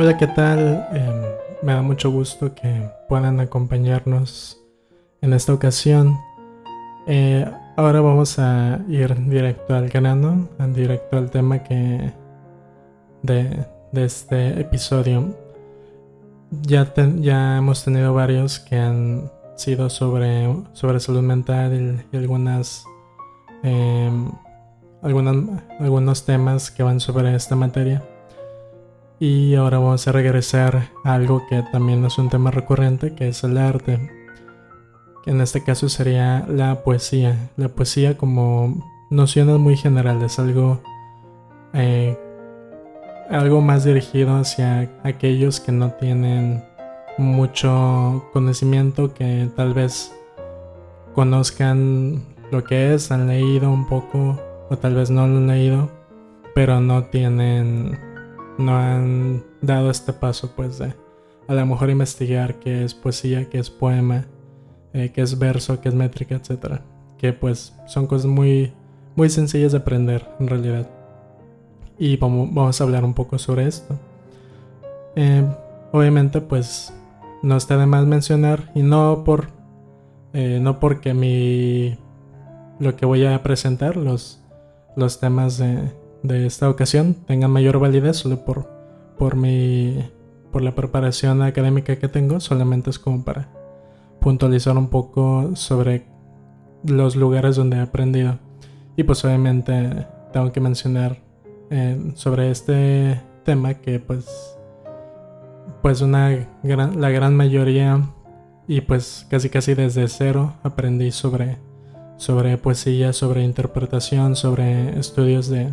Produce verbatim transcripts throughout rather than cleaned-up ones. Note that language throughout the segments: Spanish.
Hola, ¿qué tal? Eh, me da mucho gusto que puedan acompañarnos en esta ocasión. Eh, ahora vamos a ir directo al grano, directo al tema que de, de este episodio. Ya, ten, ya hemos tenido varios que han sido sobre, sobre salud mental y, y algunas, eh, algunas, algunos temas que van sobre esta materia. Y ahora vamos a regresar a algo que también es un tema recurrente, que es el arte. En este caso sería la poesía. La poesía como nociones muy generales, algo, eh, algo más dirigido hacia aquellos que no tienen mucho conocimiento, que tal vez conozcan lo que es, han leído un poco o tal vez no lo han leído, pero no tienen... no han dado este paso pues de a lo mejor investigar qué es poesía, qué es poema, eh, qué es verso, qué es métrica, etcétera. Que pues son cosas muy, muy sencillas de aprender en realidad. Y vamos, vamos a hablar un poco sobre esto. Eh, obviamente pues no está de más mencionar, y no por eh, no porque mi lo que voy a presentar, los, los temas de de esta ocasión tengan mayor validez, solo por, por mi por la preparación académica que tengo. Solamente es como para puntualizar un poco sobre los lugares donde he aprendido. Y pues obviamente tengo que mencionar eh, sobre este tema que pues pues una gran, la gran mayoría y pues casi casi desde cero aprendí sobre sobre poesía, sobre interpretación, sobre estudios de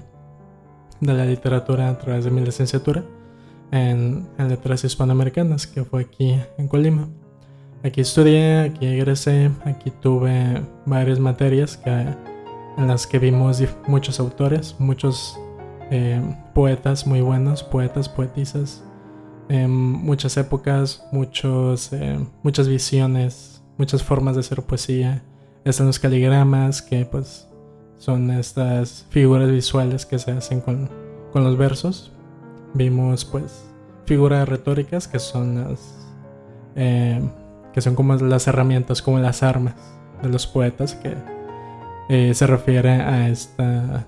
de la literatura a través de mi licenciatura en, en letras hispanoamericanas, que fue aquí en Colima. Aquí estudié, aquí egresé, aquí tuve varias materias que, en las que vimos muchos autores, muchos eh, poetas muy buenos, poetas, poetisas, eh, muchas épocas, muchos, eh, muchas visiones, muchas formas de hacer poesía. Están los caligramas, que pues son estas figuras visuales que se hacen con, con los versos. Vimos pues figuras retóricas, que son las eh, que son como las herramientas, como las armas de los poetas, que eh, se refiere a esta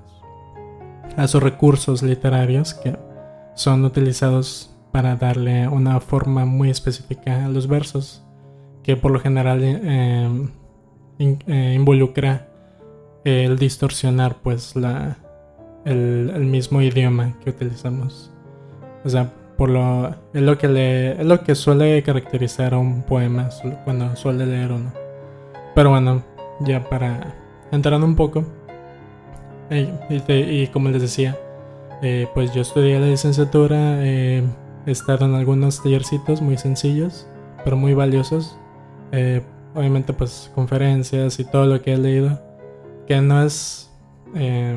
a esos recursos literarios que son utilizados para darle una forma muy específica a los versos, que por lo general eh, in, eh, involucra el distorsionar pues la el, el mismo idioma que utilizamos. O sea, por lo es lo que le es lo que suele caracterizar a un poema cuando suele leer uno. Pero bueno, ya para entrar un poco, eh, y, te, y como les decía, eh, pues yo estudié la licenciatura, eh, he estado en algunos tallercitos muy sencillos pero muy valiosos, eh, obviamente pues conferencias y todo lo que he leído, que no es eh,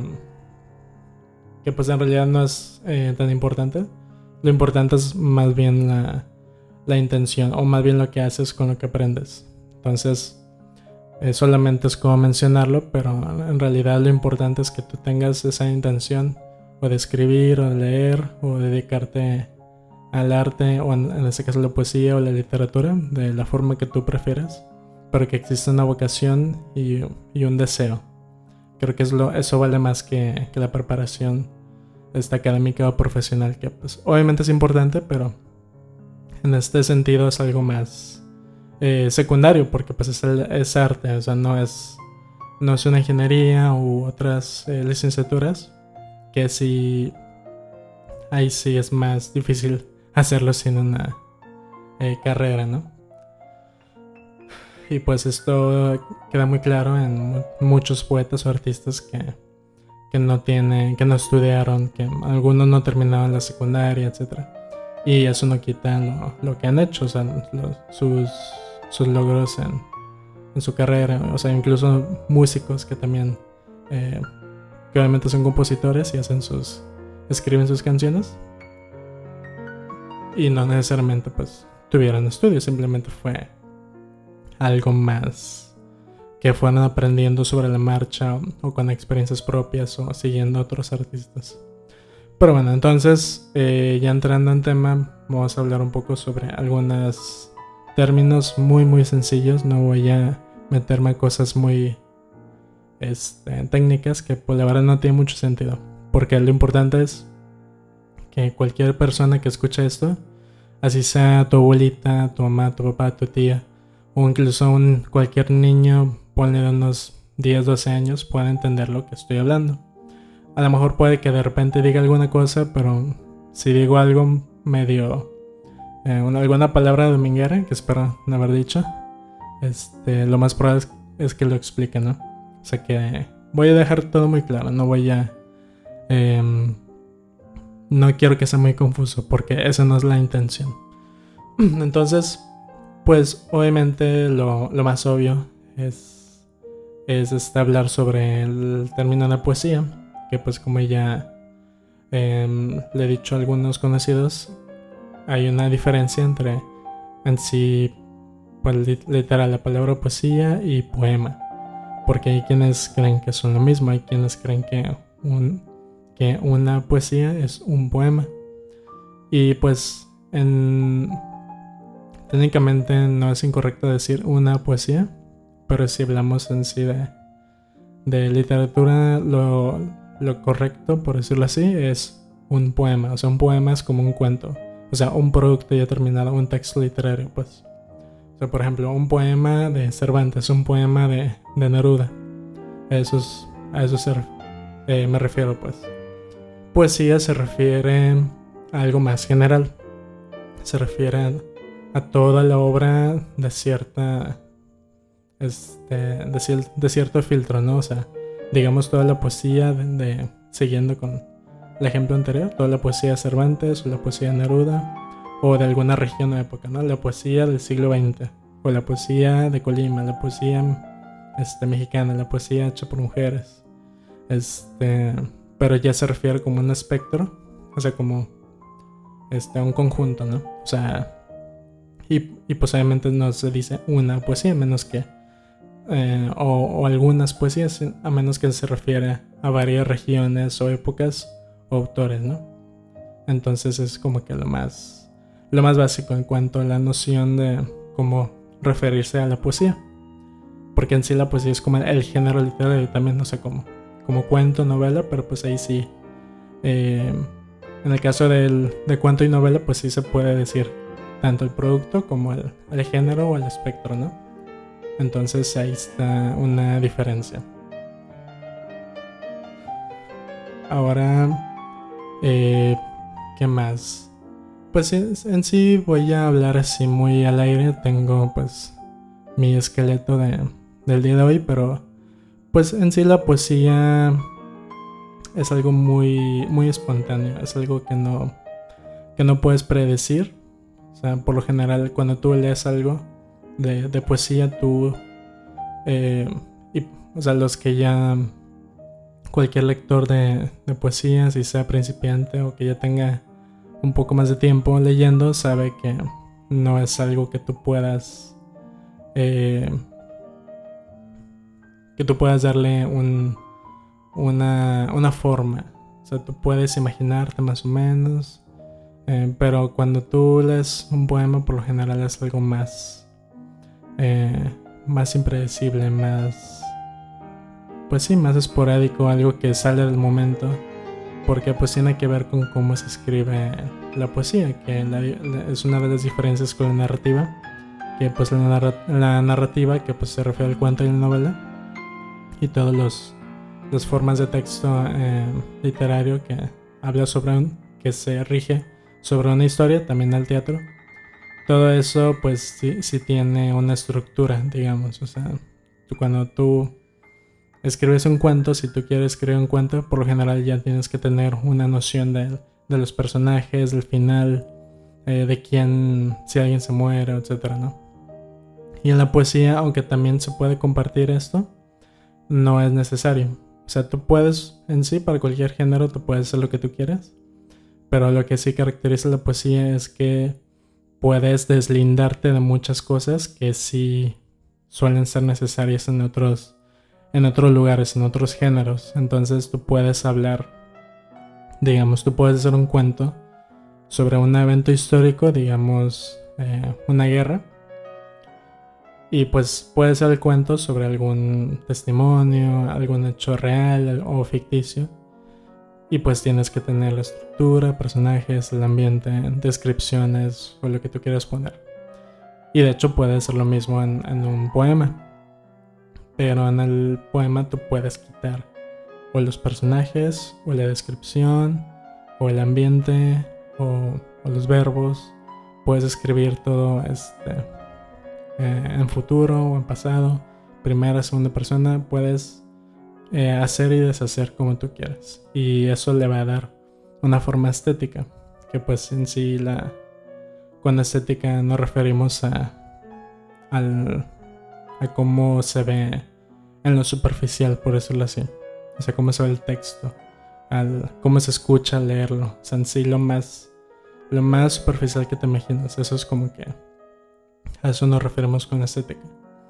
que pues en realidad no es eh, tan importante. Lo importante es más bien la, la intención, o más bien lo que haces con lo que aprendes. Entonces eh, solamente es como mencionarlo, pero en realidad lo importante es que tú tengas esa intención, o de escribir, o de leer, o dedicarte al arte, o en, en este caso la poesía o la literatura, de la forma que tú prefieras, pero que exista una vocación y, y un deseo. Creo que es lo, eso vale más que, que la preparación esta académica o profesional, que pues obviamente es importante, pero en este sentido es algo más eh, secundario, porque pues es, el, es arte, o sea, no es, no es una ingeniería u otras eh, licenciaturas, que sí, ahí sí es más difícil hacerlo sin una eh, carrera, ¿no? Y pues esto queda muy claro en muchos poetas o artistas que, que no tienen, que no estudiaron, que algunos no terminaron la secundaria, etcétera. Y eso no quita lo, lo que han hecho, o sea, los, sus, sus logros en, en su carrera. O sea, incluso músicos que también, eh, que obviamente son compositores y hacen sus, escriben sus canciones. Y no necesariamente pues tuvieron estudios, simplemente fue algo más que fueron aprendiendo sobre la marcha, o, o con experiencias propias, o siguiendo a otros artistas. Pero bueno, entonces, eh, ya entrando en tema, vamos a hablar un poco sobre algunos términos muy muy sencillos. No voy a meterme a cosas muy este, técnicas que por la verdad no tiene mucho sentido. Porque lo importante es que cualquier persona que escuche esto, así sea tu abuelita, tu mamá, tu papá, tu tía, o incluso un, cualquier niño, ponle de unos diez, doce años, pueda entender lo que estoy hablando. A lo mejor puede que de repente diga alguna cosa, pero si digo algo medio... Eh, una, alguna palabra dominguera, que espero no haber dicho, este, lo más probable es, es que lo explique, ¿no? O sea que voy a dejar todo muy claro, no voy a... Eh, no quiero que sea muy confuso, porque esa no es la intención. Entonces, pues obviamente lo, lo más obvio es, es este, hablar sobre el término de poesía, que pues como ya eh, le he dicho a algunos conocidos, hay una diferencia entre en sí, pues literal, la palabra poesía y poema, porque hay quienes creen que son lo mismo, hay quienes creen que, un, que una poesía es un poema, y pues en, técnicamente no es incorrecto decir una poesía, pero si hablamos en sí de, de literatura, lo, lo correcto, por decirlo así, es un poema. O sea, un poema es como un cuento, o sea, un producto ya terminado, un texto literario, pues. O sea, por ejemplo, un poema de Cervantes, un poema de, de Neruda. Eso es, a eso se, eh, me refiero, pues. Poesía se refiere a algo más general. Se refiere a, a toda la obra de cierta... Este, de, cier- de cierto filtro, ¿no? O sea, digamos toda la poesía de, de, siguiendo con el ejemplo anterior, toda la poesía de Cervantes o la poesía de Neruda o de alguna región o época, ¿no? La poesía del siglo veinte o la poesía de Colima, la poesía este, mexicana, la poesía hecha por mujeres, este, pero ya se refiere como un espectro, o sea, como este, un conjunto, ¿no? O sea, y, y pues obviamente no se dice una poesía, menos que Eh, o, o algunas poesías, a menos que se refiere a varias regiones o épocas o autores, ¿no? Entonces es como que lo más lo más básico en cuanto a la noción de cómo referirse a la poesía, porque en sí la poesía es como el género literario también, no sé cómo, como cuento, novela, pero pues ahí sí, eh, en el caso del, de cuento y novela, pues sí se puede decir tanto el producto como el, el género o el espectro, ¿no? Entonces ahí está una diferencia. Ahora, eh, ¿qué más? Pues en sí voy a hablar así muy al aire. Tengo pues mi esqueleto de, del día de hoy, pero pues en sí la poesía es algo muy, muy espontáneo. Es algo que no, que no puedes predecir. O sea, por lo general cuando tú lees algo de, de poesía, tú eh, y, o sea, los que ya cualquier lector de, de poesía, si sea principiante o que ya tenga un poco más de tiempo leyendo, sabe que no es algo que tú puedas eh, que tú puedas darle un, una, una forma. O sea, tú puedes imaginarte más o menos, eh, pero cuando tú lees un poema, por lo general es algo más eh, más impredecible, más, pues sí, más esporádico, algo que sale del momento, porque pues tiene que ver con cómo se escribe la poesía, que la, la, es una de las diferencias con la narrativa, que pues la, narra, la narrativa, que pues se refiere al cuento y la novela, y todas los, las formas de texto eh, literario que habla sobre un, que se rige sobre una historia, también al teatro. Todo eso pues sí, sí tiene una estructura, digamos. O sea, tú, cuando tú escribes un cuento, si tú quieres escribir un cuento, por lo general ya tienes que tener una noción de, de los personajes, del final, eh, de quién, si alguien se muere, etcétera, ¿no? Y en la poesía, aunque también se puede compartir esto, no es necesario. O sea, tú puedes, en sí, para cualquier género, tú puedes hacer lo que tú quieras, pero lo que sí caracteriza la poesía es que puedes deslindarte de muchas cosas que sí suelen ser necesarias en otros, en otros lugares, en otros géneros. Entonces tú puedes hablar Digamos, tú puedes hacer un cuento sobre un evento histórico, digamos, eh, una guerra. Y pues puede ser el cuento sobre algún testimonio, algún hecho real o ficticio. Y pues tienes que tener la estructura, personajes, el ambiente, descripciones o lo que tú quieras poner. Y de hecho puede ser lo mismo en, en un poema. Pero en el poema tú puedes quitar o los personajes, o la descripción, o el ambiente, o, o los verbos. Puedes escribir todo este, eh, en futuro o en pasado, primera, segunda persona. Puedes eh, hacer y deshacer como tú quieras. Y eso le va a dar una forma estética. Que pues en sí la... Con estética nos referimos a, al, a cómo se ve en lo superficial, por decirlo así. O sea, cómo se ve el texto, al, cómo se escucha al leerlo. O sea, en sí lo más, lo más superficial que te imaginas. Eso es como que a eso nos referimos con estética.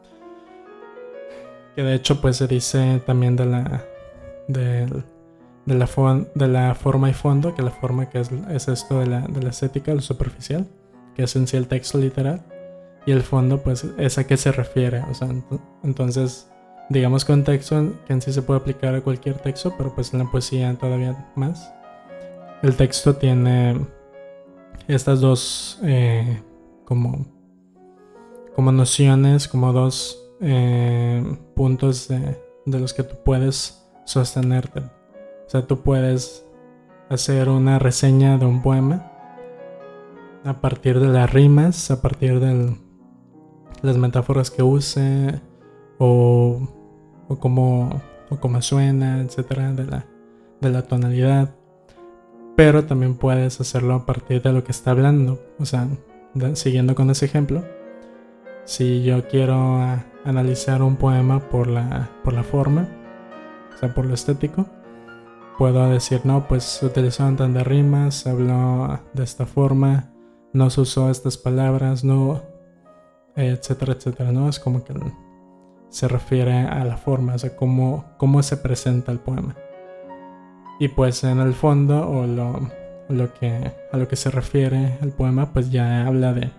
Que de hecho pues se dice también de la de, de, la, fon, de la forma y fondo, que la forma que es, es esto de la, de la estética, lo superficial, que es en sí el texto literal, y el fondo pues es a qué se refiere. O sea, ent- entonces digamos que un texto que en sí se puede aplicar a cualquier texto, pero pues en la poesía todavía más. El texto tiene estas dos eh, como, como nociones, como dos eh, puntos de, de los que tú puedes sostenerte. O sea, tú puedes hacer una reseña de un poema a partir de las rimas, a partir de las metáforas que use, o, o cómo o cómo suena, etcétera, de la, de la tonalidad. Pero también puedes hacerlo a partir de lo que está hablando. O sea, de, siguiendo con ese ejemplo, si yo quiero a, analizar un poema por la, por la forma, o sea, por lo estético, puedo decir, no, pues se utilizaron tantas rimas, se habló de esta forma, no se usó estas palabras, no, etcétera, etcétera, ¿no? Es como que se refiere a la forma, o sea, cómo, cómo se presenta el poema. Y pues en el fondo, o lo, lo que, a lo que se refiere el poema, pues ya habla de,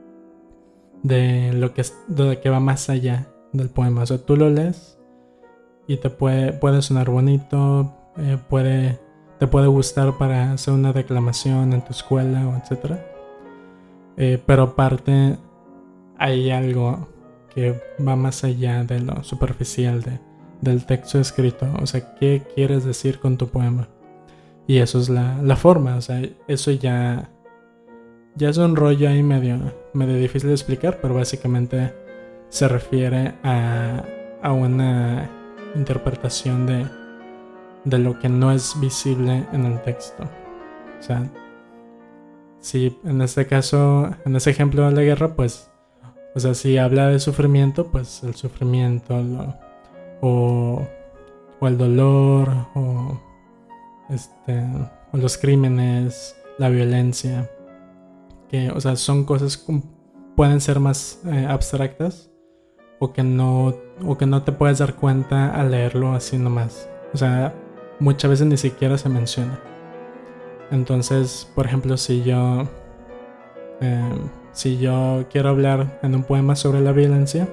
de lo que, de lo que va más allá del poema. O sea, tú lo lees y te puede, puede sonar bonito, eh, puede, te puede gustar para hacer una declamación en tu escuela, o etcétera. Eh, pero aparte hay algo que va más allá de lo superficial de, del texto escrito. O sea, ¿qué quieres decir con tu poema? Y eso es la, la forma. O sea, eso ya, ya es un rollo ahí medio, medio difícil de explicar, pero básicamente se refiere a, a una interpretación de, de lo que no es visible en el texto. O sea, si en este caso, en ese ejemplo de la guerra, pues, o sea, si habla de sufrimiento, pues el sufrimiento, lo, o, o el dolor, o, este, o los crímenes, la violencia, que, o sea, son cosas que pueden ser más eh, abstractas, o que no, o que no te puedes dar cuenta al leerlo así nomás. O sea, muchas veces ni siquiera se menciona. Entonces, por ejemplo, si yo eh, si yo quiero hablar en un poema sobre la violencia,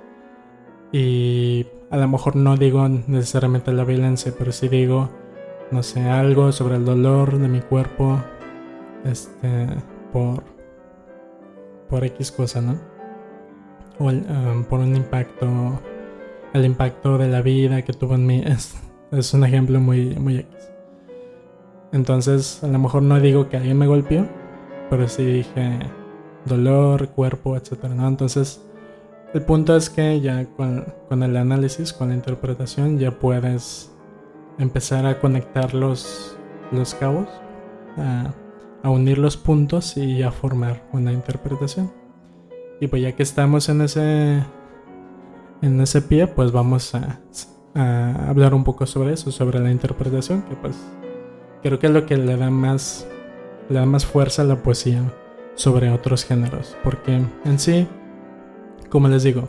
y a lo mejor no digo necesariamente la violencia, pero sí digo, no sé, algo sobre el dolor de mi cuerpo, este, por por X cosa, ¿no? O el, um, por un impacto, el impacto de la vida que tuvo en mí, es, es un ejemplo muy, muy X. Entonces, a lo mejor no digo que alguien me golpeó, pero sí dije dolor, cuerpo, etcétera, ¿no? Entonces, el punto es que ya con, con el análisis, con la interpretación, ya puedes empezar a conectar los, los cabos, a, a unir los puntos y a formar una interpretación. Y pues ya que estamos en ese, en ese pie, pues vamos a, a hablar un poco sobre eso, sobre la interpretación, que pues creo que es lo que le da más, le da más fuerza a la poesía sobre otros géneros, porque en sí, como les digo,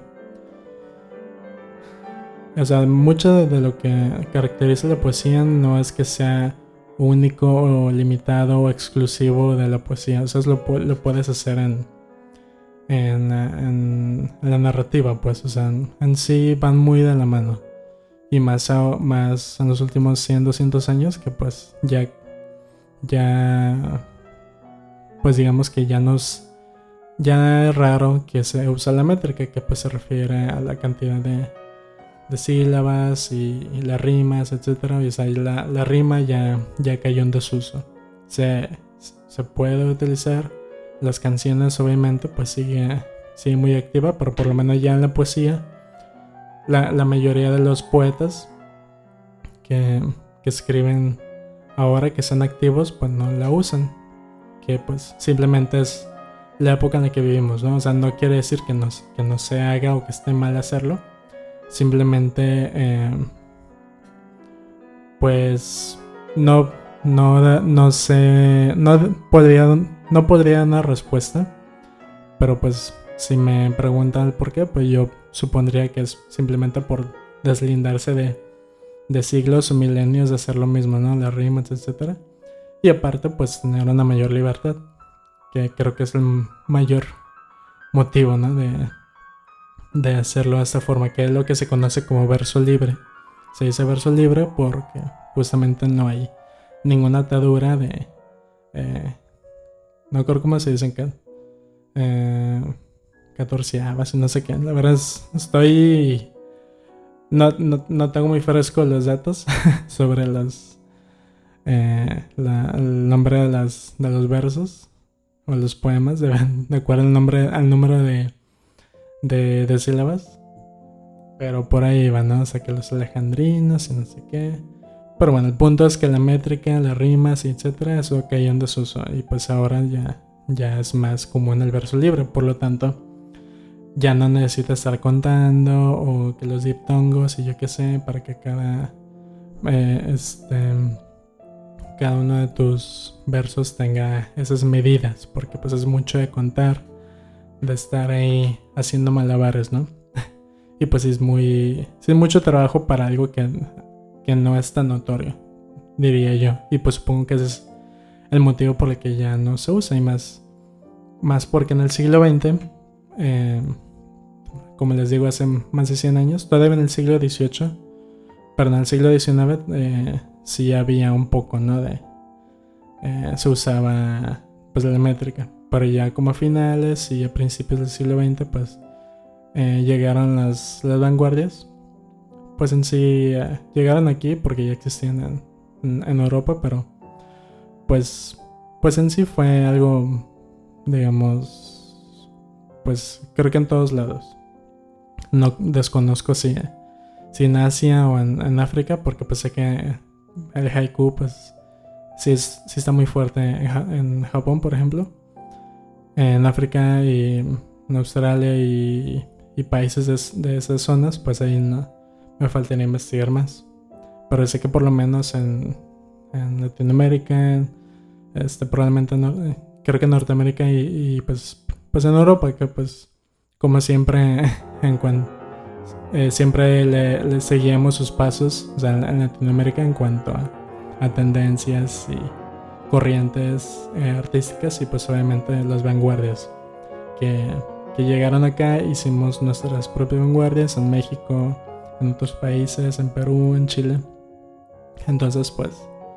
o sea, mucho de lo que caracteriza la poesía no es que sea único o limitado o exclusivo de la poesía. O sea, lo, lo puedes hacer en, en, en, en la narrativa, pues. O sea, en, en sí van muy de la mano. Y más, a, más en los últimos cien, doscientos años, que pues ya, ya, pues digamos que ya nos, ya es raro que se usa la métrica, que pues se refiere a la cantidad de, de sílabas y, y las rimas, etcétera. Y o sea, la, la rima ya, ya cayó en desuso. Se, se puede utilizar. Las canciones obviamente pues sigue, sigue muy activa, pero por lo menos ya en la poesía La, la mayoría de los poetas que, que escriben ahora, que están activos, pues no la usan. Que pues simplemente es la época en la que vivimos, ¿no? O sea, no quiere decir que no, que no se haga o que esté mal hacerlo. Simplemente, eh, pues no, no, no sé, no podría, no podría dar una respuesta. Pero pues si me preguntan el por qué, pues yo supondría que es simplemente por deslindarse de, de siglos o milenios de hacer lo mismo, ¿no? Las rimas, etcétera. Y aparte, pues tener una mayor libertad, que creo que es el mayor motivo, ¿no? De, de hacerlo de esta forma, que es lo que se conoce como verso libre. Se dice verso libre porque justamente no hay ninguna atadura de... Eh, no creo cómo se dicen que... Eh, catorceavas y no sé qué. La verdad es, estoy... No, no, no tengo muy fresco los datos sobre los... Eh, la, el nombre de, las, de los versos o los poemas, de, de acuerdo al, nombre, al número de, de, de sílabas. Pero por ahí van, ¿no? O sea, que los alejandrinos y no sé qué. Pero bueno, el punto es que la métrica, las rimas y etcétera, eso cayó en desuso. Y pues ahora ya, ya es más común el verso libre. Por lo tanto, ya no necesitas estar contando o que los diptongos y yo qué sé, para que cada eh, este cada uno de tus versos tenga esas medidas, porque pues es mucho de contar, de estar ahí haciendo malabares, ¿no? Y pues sí es muy sí es mucho trabajo para algo que, que no es tan notorio, diría yo. Y pues supongo que ese es el motivo por el que ya no se usa, y más más porque en el siglo veinte, eh, como les digo, hace más de cien años, todavía en el siglo dieciocho, pero en el siglo diecinueve eh, sí había un poco, ¿no? De, eh, se usaba pues la métrica, pero ya como a finales y a principios del siglo veinte, pues eh, llegaron las, las vanguardias. Pues en sí eh, llegaron aquí porque ya existían en, en, en Europa, pero pues, pues en sí fue algo, digamos, pues creo que en todos lados. No desconozco si, si en Asia o en, en África, porque pues sé que el haiku pues sí, es, sí está muy fuerte en, en Japón, por ejemplo. En África y en Australia y, y países de, de esas zonas, pues ahí no, me faltaría investigar más. Pero sé que por lo menos en, en Latinoamérica, este, probablemente no, creo que en Norteamérica y, y pues, pues en Europa, que pues como siempre en cuanto eh, siempre le, le seguíamos sus pasos, o sea, en Latinoamérica, en cuanto a, a tendencias y corrientes eh, artísticas, y pues obviamente las vanguardias que, que llegaron acá. Hicimos nuestras propias vanguardias en México, en otros países, en Perú, en Chile. Entonces pues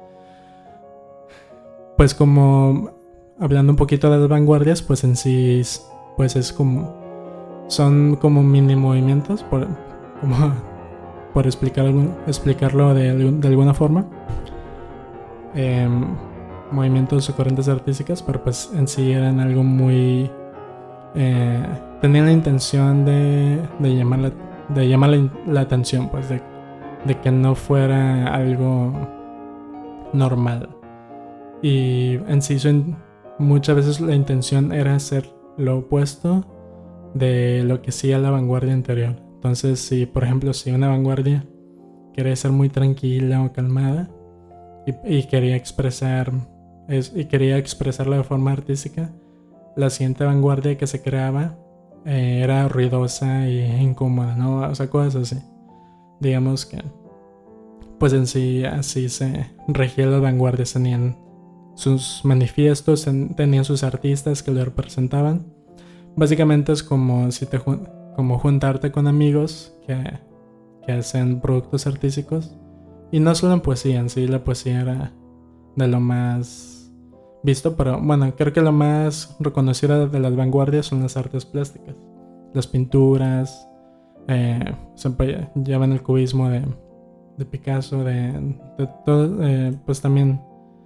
pues como hablando un poquito de las vanguardias, pues en sí pues es como son como mini movimientos, por, como, por explicar, explicarlo de, de alguna forma. Eh, movimientos o corrientes artísticas, pero pues en sí eran algo muy... Eh, tenían la intención de, de llamar, la, de llamar la, la atención, pues de, de que no fuera algo normal. Y en sí son, muchas veces la intención era hacer lo opuesto de lo que hacía la vanguardia anterior. Entonces, si por ejemplo, si una vanguardia quería ser muy tranquila o calmada y, y quería expresar es, y quería expresarlo de forma artística, la siguiente vanguardia que se creaba eh, era ruidosa e incómoda, ¿no? O sea, cosas así. Digamos que pues en sí así se regía las vanguardias. Tenían sus manifiestos, tenían sus artistas que lo representaban. Básicamente es como si te como juntarte con amigos que, que hacen productos artísticos. Y no solo en poesía, en sí la poesía era de lo más visto, pero bueno, creo que lo más reconocido de las vanguardias son las artes plásticas. Las pinturas, eh, siempre llevan el cubismo de, de Picasso, de, de todo, eh, pues también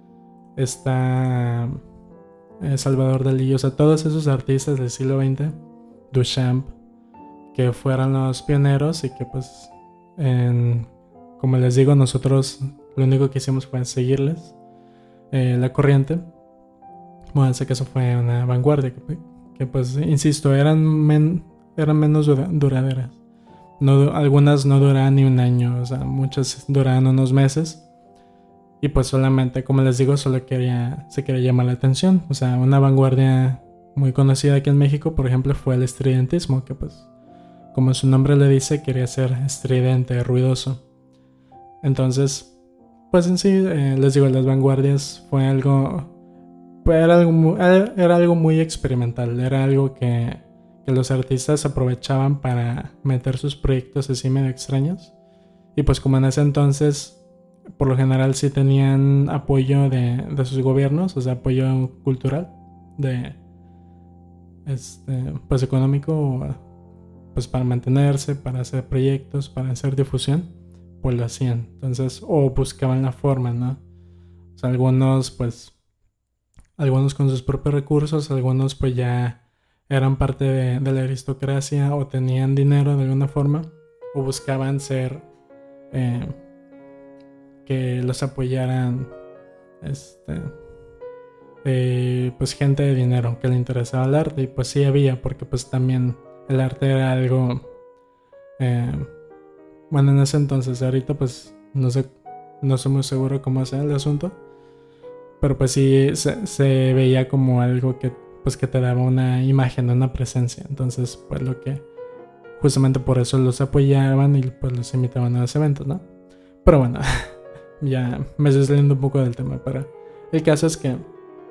está eh, Salvador Dalí, o sea, todos esos artistas del siglo veinte, Duchamp, que fueron los pioneros y que pues, en, como les digo, nosotros lo único que hicimos fue seguirles eh, la corriente. Bueno, sé que eso fue una vanguardia que, que pues, insisto, eran, men, eran menos dura, duraderas. No, algunas no duraban ni un año, o sea, muchas duraban unos meses. Y pues solamente, como les digo, solo quería, se quería llamar la atención. O sea, una vanguardia muy conocida aquí en México, por ejemplo, fue el estridentismo, que pues, como su nombre le dice, quería ser estridente, ruidoso. Entonces, pues en sí, eh, les digo, las vanguardias fue algo, pues era algo, muy, era algo muy experimental, era algo que, que los artistas aprovechaban para meter sus proyectos así medio extraños. Y pues como en ese entonces, por lo general sí tenían apoyo de, de sus gobiernos, o sea, apoyo cultural, de este, pues económico, pues para mantenerse, para hacer proyectos, para hacer difusión, pues lo hacían. Entonces, o buscaban la forma, ¿no? O sea, algunos pues, algunos con sus propios recursos, algunos pues ya eran parte de, de la aristocracia o tenían dinero de alguna forma, o buscaban ser eh, que los apoyaran este eh, pues gente de dinero que le interesaba el arte. Y pues sí había, porque pues también el arte era algo eh, bueno, en ese entonces. Ahorita pues no sé, no soy muy seguro cómo sea el asunto, pero pues sí se, se veía como algo que pues que te daba una imagen, una presencia. Entonces pues lo que justamente por eso los apoyaban y pues los invitaban a los eventos, ¿no? Pero bueno, ya me estoy saliendo un poco del tema, pero el caso es que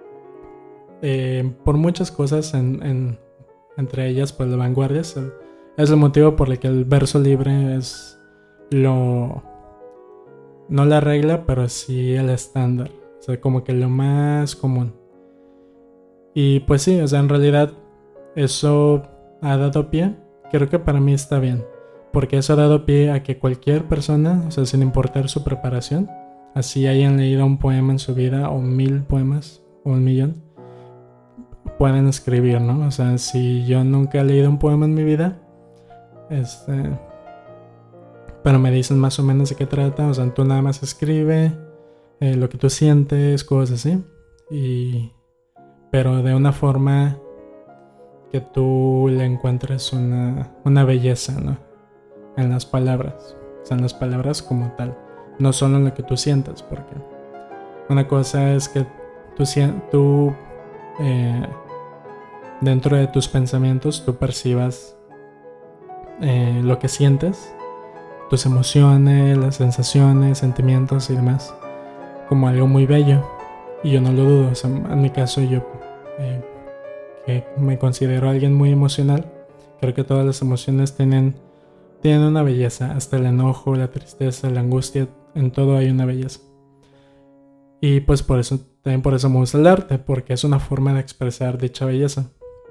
eh, por muchas cosas, en, en, entre ellas pues la vanguardia es el, es el motivo por el que el verso libre es lo, no la regla, pero sí el estándar, o sea, como que lo más común. Y pues sí, o sea, en realidad eso ha dado pie, creo que para mí está bien, porque eso ha dado pie a que cualquier persona, o sea, sin importar su preparación, así hayan leído un poema en su vida, o mil poemas, o un millón, pueden escribir, ¿no? O sea, si yo nunca he leído un poema en mi vida, este, pero me dicen más o menos de qué trata, o sea, tú nada más escribe eh, lo que tú sientes, cosas así, y, pero de una forma que tú le encuentres una, una belleza, ¿no? En las palabras, o sea, en las palabras como tal, no solo en lo que tú sientas, porque una cosa es que tú, tú eh, dentro de tus pensamientos tú percibas eh, lo que sientes, tus emociones, las sensaciones, sentimientos y demás, como algo muy bello, y yo no lo dudo. O sea, en mi caso yo eh, que me considero alguien muy emocional, creo que todas las emociones tienen Tienen una belleza, hasta el enojo, la tristeza, la angustia, en todo hay una belleza. Y pues por eso, también por eso me gusta el arte, porque es una forma de expresar dicha belleza.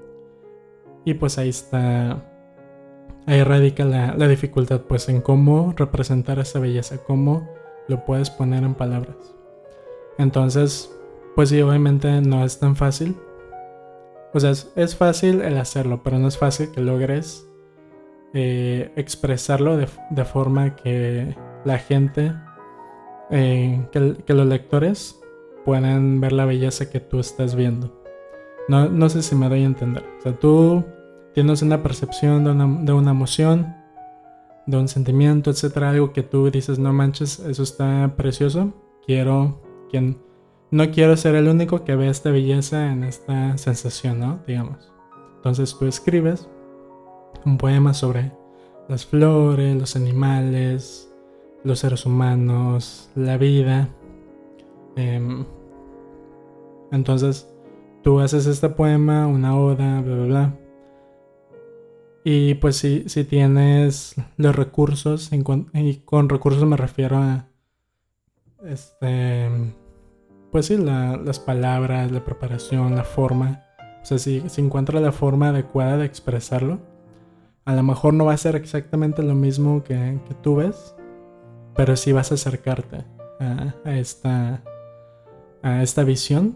Y pues ahí está, ahí radica la, la dificultad, pues en cómo representar esa belleza, cómo lo puedes poner en palabras. Entonces, pues sí, obviamente no es tan fácil. O sea, es, es fácil el hacerlo, pero no es fácil que logres Eh, expresarlo de, de forma que la gente, eh, que, que los lectores puedan ver la belleza que tú estás viendo. No, no sé si me doy a entender. O sea, tú tienes una percepción de una, de una emoción, de un sentimiento, etcétera, algo que tú dices, no manches, eso está precioso. Quiero, quien, no quiero ser el único que ve esta belleza en esta sensación, ¿no? Digamos. Entonces tú escribes un poema sobre las flores, los animales, los seres humanos, la vida. Eh, entonces tú haces este poema, una oda, bla, bla, bla. Y pues si, si tienes los recursos, y con recursos me refiero a, este, pues sí, la, las palabras, la preparación, la forma. O sea, si, si encuentras la forma adecuada de expresarlo, a lo mejor no va a ser exactamente lo mismo que, que tú ves, pero sí vas a acercarte a, a, esta, a esta visión.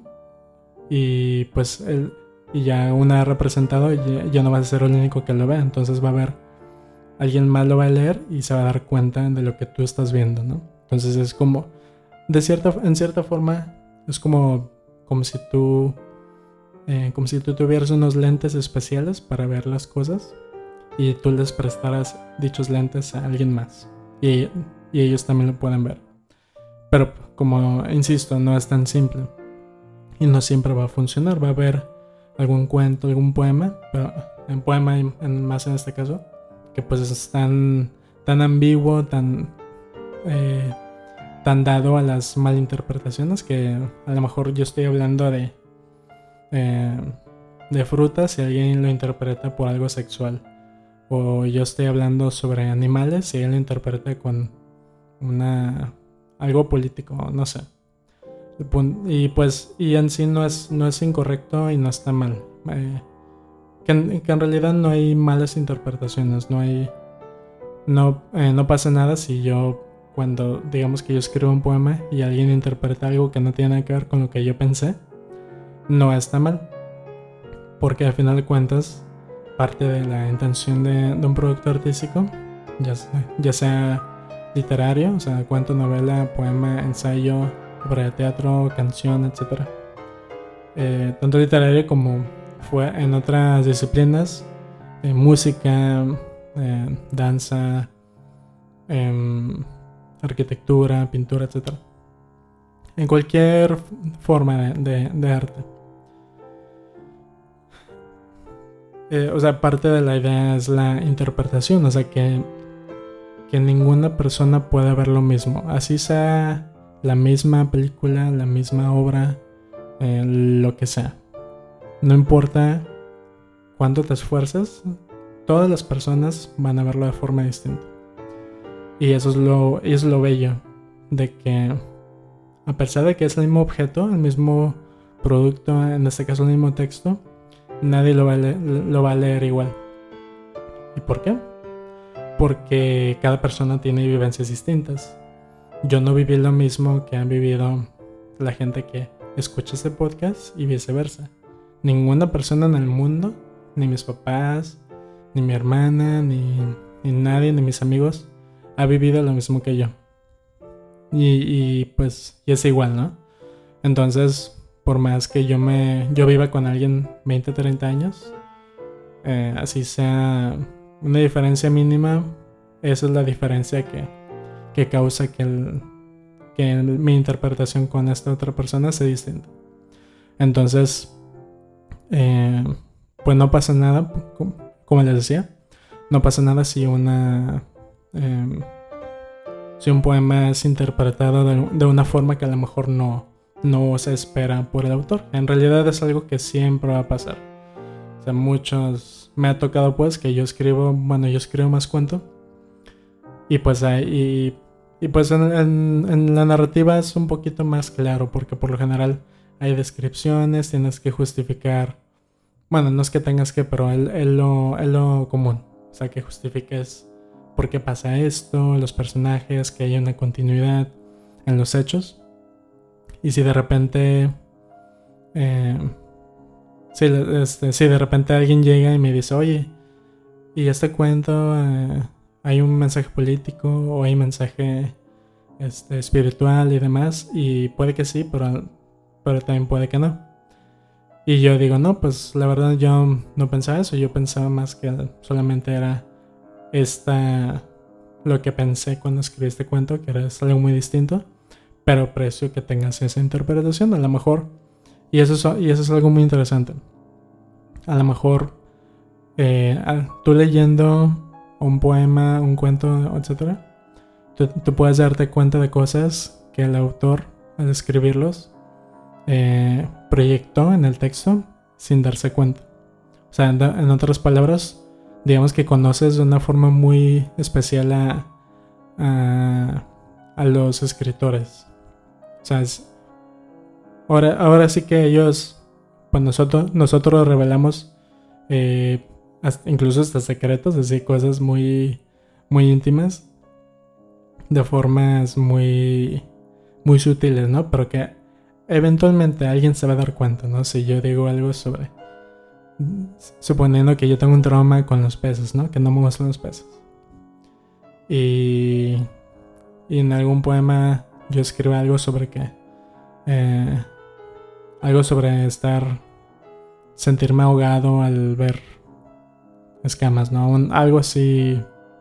Y pues el, y ya una vez representado, ya, ya no vas a ser el único que lo vea. Entonces va a haber alguien más lo va a leer y se va a dar cuenta de lo que tú estás viendo, ¿no? Entonces es como, de cierta, en cierta forma, es como, como si tú, eh, como si tú tuvieras unos lentes especiales para ver las cosas y tú les prestaras dichos lentes a alguien más y, y ellos también lo pueden ver. Pero como insisto, no es tan simple y no siempre va a funcionar. Va a haber algún cuento, algún poema, pero en poema y en, más en este caso, que pues es tan, tan ambiguo, tan, eh, tan dado a las malinterpretaciones, que a lo mejor yo estoy hablando de, eh, de frutas y alguien lo interpreta por algo sexual. O yo estoy hablando sobre animales y él lo interpreta con una, algo político, no sé. Y pues, y en sí no es, no es incorrecto y no está mal. Eh, que, en, que en realidad no hay malas interpretaciones, no hay, no, eh, no pasa nada si yo, cuando digamos que yo escribo un poema y alguien interpreta algo que no tiene nada que ver con lo que yo pensé, no está mal, porque al final de cuentas parte de la intención de, de un producto artístico, ya sea, ya sea literario, o sea, cuento, novela, poema, ensayo, obra de teatro, canción, etcétera. Eh, tanto literario como fue en otras disciplinas, eh, música, eh, danza, eh, arquitectura, pintura, etcétera. En cualquier forma de, de, de arte. Eh, o sea, parte de la idea es la interpretación, o sea, que, que ninguna persona pueda ver lo mismo. Así sea la misma película, la misma obra, eh, lo que sea. No importa cuánto te esfuerces, todas las personas van a verlo de forma distinta. Y eso es lo, es lo bello, de que a pesar de que es el mismo objeto, el mismo producto, en este caso el mismo texto, nadie lo va a leer, lo va a leer igual. ¿Y por qué? Porque cada persona tiene vivencias distintas. Yo no viví lo mismo que han vivido la gente que escucha este podcast y viceversa. Ninguna persona en el mundo, ni mis papás, ni mi hermana, ni, ni nadie, ni mis amigos, ha vivido lo mismo que yo. Y, y pues y es igual, ¿no? Entonces, por más que yo me yo viva con alguien veinte, treinta años, eh, así sea una diferencia mínima, esa es la diferencia que, que causa que, el, que el, mi interpretación con esta otra persona sea distinta. Entonces, eh, pues no pasa nada, como les decía, no pasa nada si una eh, si un poema es interpretado de, de una forma que a lo mejor no, no se espera por el autor. En realidad es algo que siempre va a pasar. O sea, muchos... Me ha tocado pues que yo escribo... Bueno, yo escribo más cuento. Y pues hay... Y, y pues en, en, en la narrativa es un poquito más claro, porque por lo general hay descripciones, tienes que justificar... Bueno, no es que tengas que, pero es, es, lo, es lo común. O sea, que justifiques por qué pasa esto, los personajes, que haya una continuidad en los hechos. Y si de repente... Eh, si, este, si de repente alguien llega y me dice, oye, y este cuento eh, hay un mensaje político o hay un mensaje este, espiritual y demás, y puede que sí, pero, pero también puede que no. Y yo digo, no, pues la verdad yo no pensaba eso, yo pensaba más que solamente era esta, lo que pensé cuando escribí este cuento, que era algo muy distinto, pero aprecio que tengas esa interpretación, a lo mejor, y eso es, y eso es algo muy interesante. A lo mejor eh, tú leyendo un poema, un cuento, etcétera, tú, tú puedes darte cuenta de cosas que el autor, al escribirlos, eh, proyectó en el texto sin darse cuenta. O sea, en, en otras palabras, digamos que conoces de una forma muy especial a, a, a los escritores. O sea, es, ahora, ahora sí que ellos, pues nosotros, nosotros revelamos eh, hasta, incluso hasta secretos, así cosas muy, muy íntimas, de formas muy, muy sutiles, ¿no? Pero que eventualmente alguien se va a dar cuenta, ¿no? Si yo digo algo sobre, suponiendo que yo tengo un trauma con los peces, ¿no? Que no me gustan los peces. Y, y en algún poema yo escribo algo sobre que eh, algo sobre estar, sentirme ahogado al ver escamas, ¿no? Un, algo así,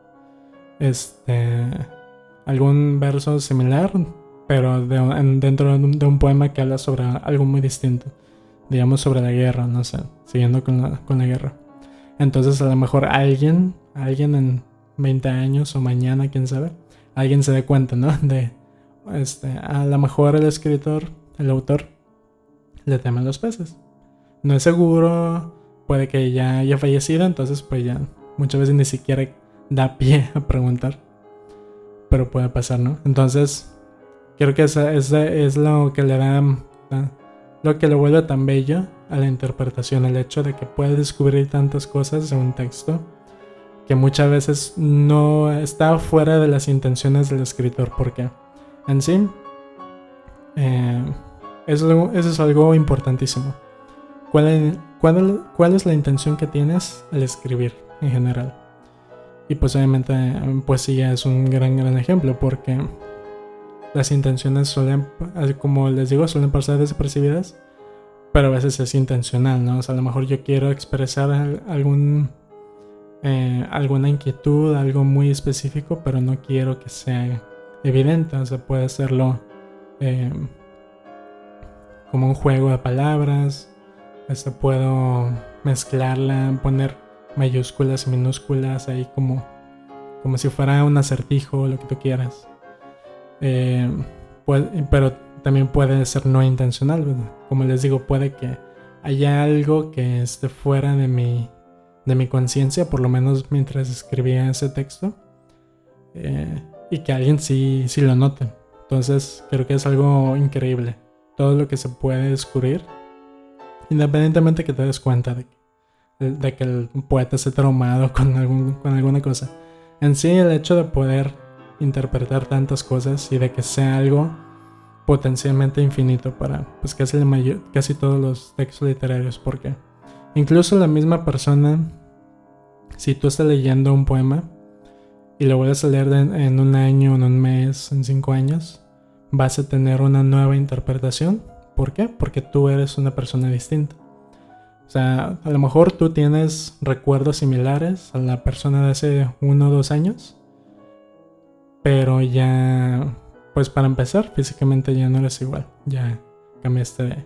este, algún verso similar, pero de, en, dentro de un, de un poema que habla sobre algo muy distinto, digamos sobre la guerra, no sé, siguiendo con la, con la guerra. Entonces a lo mejor alguien, alguien en veinte años o mañana, quién sabe, alguien se dé cuenta, ¿no? De, este, a lo mejor el escritor, el autor, le temen los peces. No es seguro, puede que ya haya fallecido, entonces pues ya muchas veces ni siquiera da pie a preguntar. Pero puede pasar, ¿no? Entonces, creo que esa, esa es lo que le da, lo que le vuelve tan bello a la interpretación, el hecho de que puede descubrir tantas cosas en un texto que muchas veces no está fuera de las intenciones del escritor, porque en sí eh, eso, eso es algo importantísimo. ¿Cuál, cuál, ¿Cuál es la intención que tienes al escribir en general? Y pues obviamente poesía es un gran gran ejemplo, porque las intenciones suelen, como les digo, suelen pasar desapercibidas, pero a veces es intencional, ¿no? O sea, a lo mejor yo quiero expresar algún eh, alguna inquietud, algo muy específico, pero no quiero que sea evidente. O sea, puede hacerlo eh, como un juego de palabras. Este, puedo mezclarla, poner mayúsculas y minúsculas ahí como, como si fuera un acertijo o lo que tú quieras. Eh, puede, pero también puede ser no intencional, ¿verdad? Como les digo, puede que haya algo que esté fuera de mi, de mi conciencia, por lo menos mientras escribía ese texto, eh, y que alguien sí, sí lo note. Entonces creo que es algo increíble todo lo que se puede descubrir, independientemente que te des cuenta de que, de que el poeta esté traumado con, algún, con alguna cosa. En sí, el hecho de poder interpretar tantas cosas y de que sea algo potencialmente infinito para pues casi, la mayor, casi todos los textos literarios, porque incluso la misma persona, si tú estás leyendo un poema y lo vuelves a leer de, en un año, en un mes, en cinco años, vas a tener una nueva interpretación. ¿Por qué? Porque tú eres una persona distinta. O sea, a lo mejor tú tienes recuerdos similares a la persona de hace uno o dos años, pero ya, pues para empezar, físicamente ya no eres igual. Ya cambiaste de,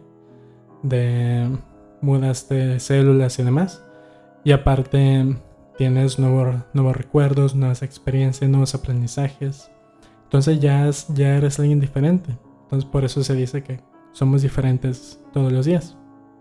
de mudaste células y demás. Y aparte tienes nuevos, nuevos recuerdos, nuevas experiencias, nuevos aprendizajes. Entonces ya, es, ya eres alguien diferente. Entonces por eso se dice que somos diferentes todos los días.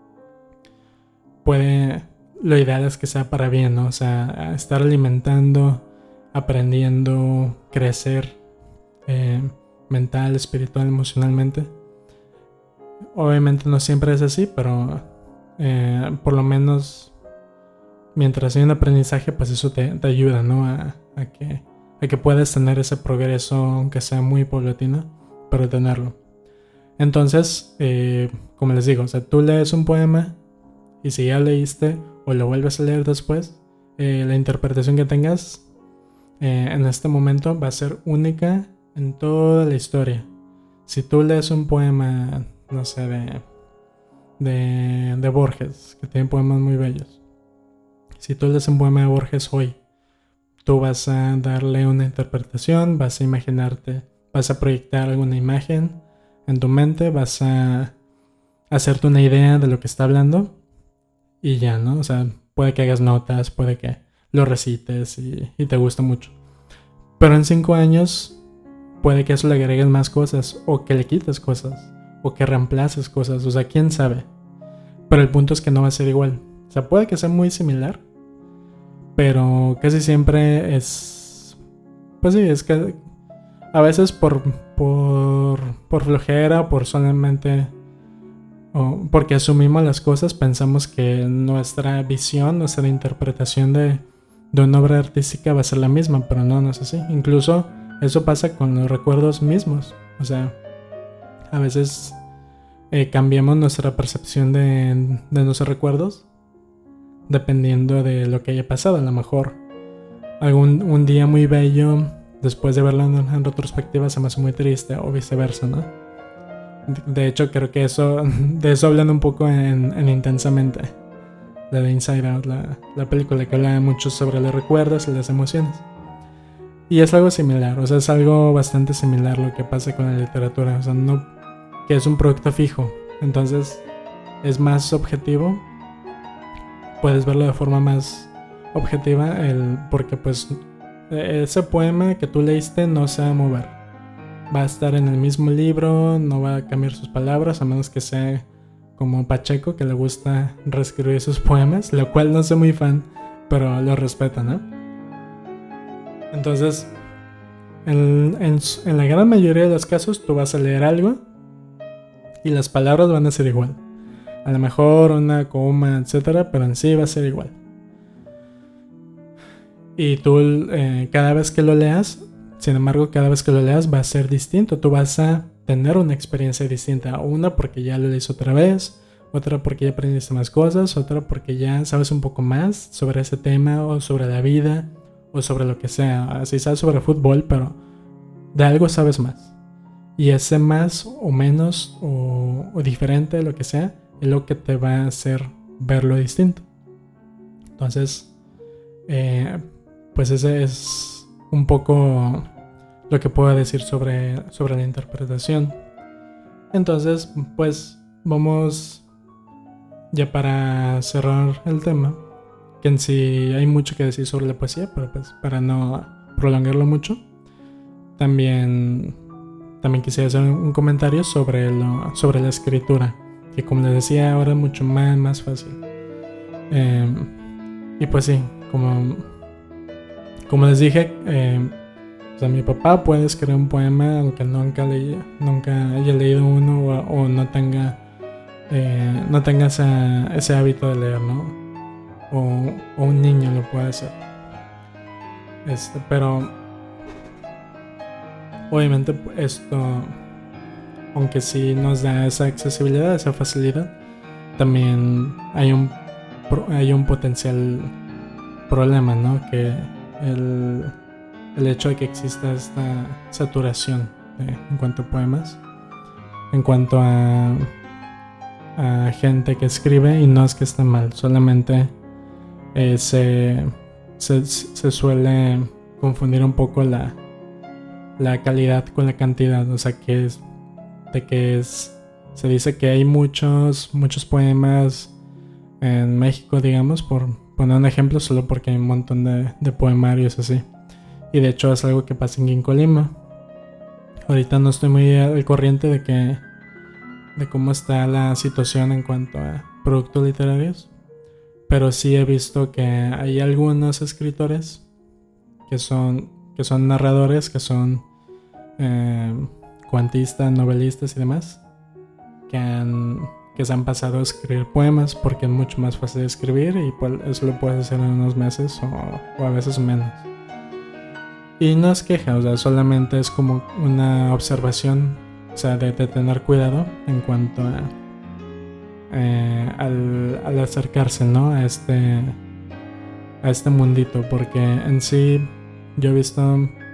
Puede, lo ideal es que sea para bien, ¿no? O sea, estar alimentando, aprendiendo, crecer eh, mental, espiritual, emocionalmente. Obviamente no siempre es así, pero eh, por lo menos mientras hay un aprendizaje, pues eso te, te ayuda, ¿no? A, a, que, a que puedas tener ese progreso, aunque sea muy paulatino, pero tenerlo. Entonces, eh, como les digo, o sea, tú lees un poema y si ya leíste o lo vuelves a leer después, eh, la interpretación que tengas eh, en este momento va a ser única en toda la historia. Si tú lees un poema, no sé, de, de, de Borges, que tiene poemas muy bellos. Si tú lees un poema de Borges hoy, tú vas a darle una interpretación, vas a imaginarte, vas a proyectar alguna imagen en tu mente, vas a hacerte una idea de lo que está hablando y ya, ¿no? O sea, puede que hagas notas, puede que lo recites y, y te guste mucho. Pero en cinco años puede que eso le agregues más cosas, o que le quites cosas, o que reemplaces cosas, o sea, quién sabe. Pero el punto es que no va a ser igual. O sea, puede que sea muy similar, pero casi siempre es... Pues sí, es que a veces por, por, por flojera, por solamente... o porque asumimos las cosas, pensamos que nuestra visión, nuestra interpretación de, de una obra artística va a ser la misma, pero no, no es así. Incluso eso pasa con los recuerdos mismos. O sea, a veces eh, cambiamos nuestra percepción de, de nuestros recuerdos dependiendo de lo que haya pasado. A lo mejor algún un día muy bello, después de verlo en, en retrospectiva, se me hace muy triste, o viceversa, ¿no? De hecho, creo que eso de eso hablan un poco en, en Intensamente, la de Inside Out, la, la película que habla mucho sobre los recuerdos y las emociones. Y es algo similar, o sea, es algo bastante similar lo que pasa con la literatura. O sea, no, que es un producto fijo, entonces es más objetivo. Puedes verlo de forma más objetiva, el, porque pues ese poema que tú leíste no se va a mover. Va a estar en el mismo libro, no va a cambiar sus palabras, a menos que sea como Pacheco, que le gusta reescribir sus poemas, lo cual no soy muy fan, pero lo respeto, ¿no? Entonces, en, en, en la gran mayoría de los casos, tú vas a leer algo y las palabras van a ser igual. A lo mejor una coma, etcétera, pero en sí va a ser igual. Y tú, eh, cada vez que lo leas, sin embargo, cada vez que lo leas va a ser distinto. Tú vas a tener una experiencia distinta. Una porque ya lo lees otra vez, otra porque ya aprendiste más cosas, otra porque ya sabes un poco más sobre ese tema, o sobre la vida, o sobre lo que sea. Así sabes sobre fútbol, pero de algo sabes más. Y ese más o menos o, o diferente, lo que sea, es lo que te va a hacer verlo distinto. Entonces, eh, pues ese es un poco lo que puedo decir sobre, sobre la interpretación. Entonces, pues vamos ya para cerrar el tema, que en sí hay mucho que decir sobre la poesía, pero pues para no prolongarlo mucho, también, también quisiera hacer un comentario sobre, lo, sobre la escritura, que como les decía, ahora es mucho más, más fácil. Eh, y pues sí, como, como les dije, eh, o sea, mi papá puede escribir un poema aunque nunca, le, nunca haya leído uno, o, o no tenga, eh, no tenga esa, ese hábito de leer, ¿no? O, o un niño lo puede hacer. Este, pero obviamente esto, aunque sí nos da esa accesibilidad, esa facilidad, también hay un, hay un potencial problema, ¿no? Que el, el hecho de que exista esta saturación de, en cuanto a poemas, en cuanto a, a gente que escribe, y no es que esté mal, solamente eh, se, se, se suele confundir un poco la, la calidad con la cantidad. O sea, que es de que es, se dice que hay muchos, muchos poemas en México, digamos, por poner un ejemplo, solo porque hay un montón de, de poemarios así. Y de hecho es algo que pasa en Colima. Ahorita no estoy muy al corriente de que de cómo está la situación en cuanto a productos literarios, pero sí he visto que hay algunos escritores que son, que son narradores, que son eh, cuentistas, novelistas y demás, que, han, que se han pasado a escribir poemas porque es mucho más fácil de escribir, y pues eso lo puedes hacer en unos meses o, o a veces menos. Y no es queja, o sea, solamente es como una observación, o sea, de, de tener cuidado en cuanto a eh, al, al acercarse, ¿no? A este, a este mundito, porque en sí yo he visto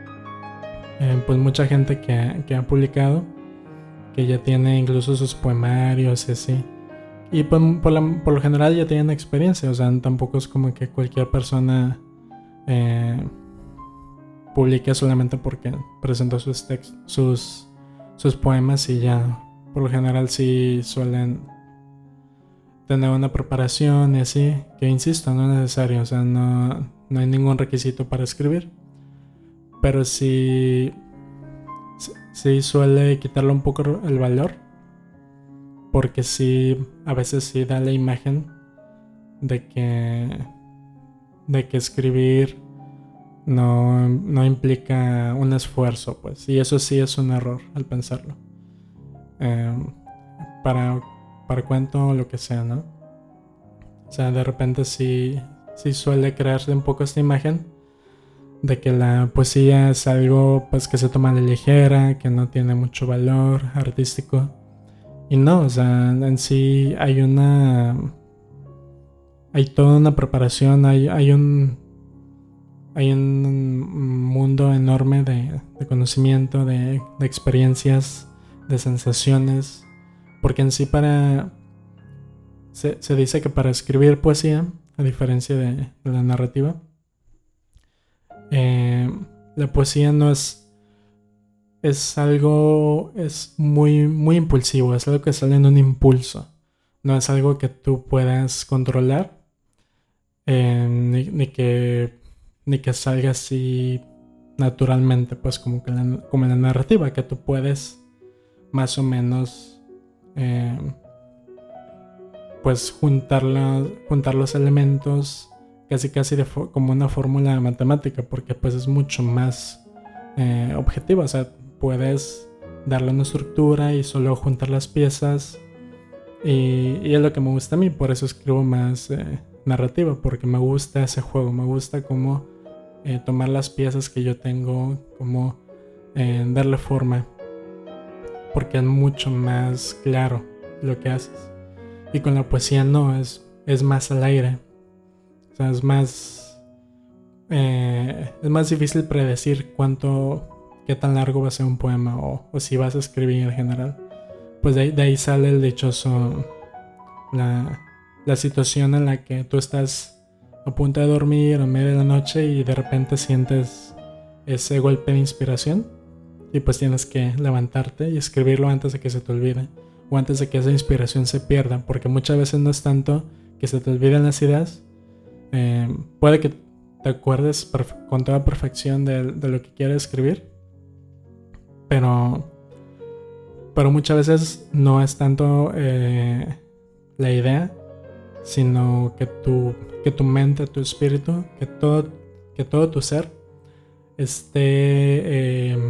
eh, pues mucha gente que, que ha publicado, que ya tiene incluso sus poemarios y así, y pues, por, la, por lo general ya tienen experiencia. O sea, tampoco es como que cualquier persona eh, publique solamente porque presentó sus, text, sus, sus poemas, y ya por lo general sí suelen tener una preparación y así, que insisto, no es necesario. O sea, no, no hay ningún requisito para escribir, pero sí, sí suele quitarle un poco el valor, porque sí, a veces sí da la imagen de que, de que escribir no, no implica un esfuerzo, pues, y eso sí es un error al pensarlo. Eh, para, para cuento o lo que sea, ¿no? O sea, de repente sí, sí suele crearse un poco esta imagen de que la poesía es algo pues que se toma a la ligera, que no tiene mucho valor artístico. Y no, o sea, en sí hay una... hay toda una preparación, hay, hay un... hay un mundo enorme de, de conocimiento, de, de experiencias, de sensaciones. Porque en sí para... Se, se dice que para escribir poesía, a diferencia de, de la narrativa, eh, la poesía no es... es algo... es muy, muy impulsivo, es algo que sale en un impulso. No es algo que tú puedas controlar, eh, ni, ni que... ni que salga así naturalmente, pues como, que la, como en la narrativa, que tú puedes más o menos... Eh, pues juntar, la, juntar los elementos casi casi de fo- como una fórmula matemática, porque pues es mucho más eh, objetiva. O sea, puedes darle una estructura y solo juntar las piezas, y, y es lo que me gusta a mí. Por eso escribo más eh, narrativa, porque me gusta ese juego, me gusta cómo eh, tomar las piezas que yo tengo, cómo eh, darle forma, porque es mucho más claro lo que haces. Y con la poesía no, es, es más al aire. O sea, es más... Eh, es más difícil predecir cuánto... qué tan largo va a ser un poema, o, o si vas a escribir en general. Pues de ahí, de ahí sale el dichoso... La, la situación en la que tú estás a punto de dormir a media de la noche y de repente sientes ese golpe de inspiración. Y pues tienes que levantarte y escribirlo antes de que se te olvide, o antes de que esa inspiración se pierda, porque muchas veces no es tanto que se te olviden las ideas. Eh, puede que te acuerdes perfe- con toda perfección de, de lo que quieres escribir, pero, pero muchas veces no es tanto eh, la idea, sino que tu, que tu mente, tu espíritu, que todo, que todo tu ser esté, eh,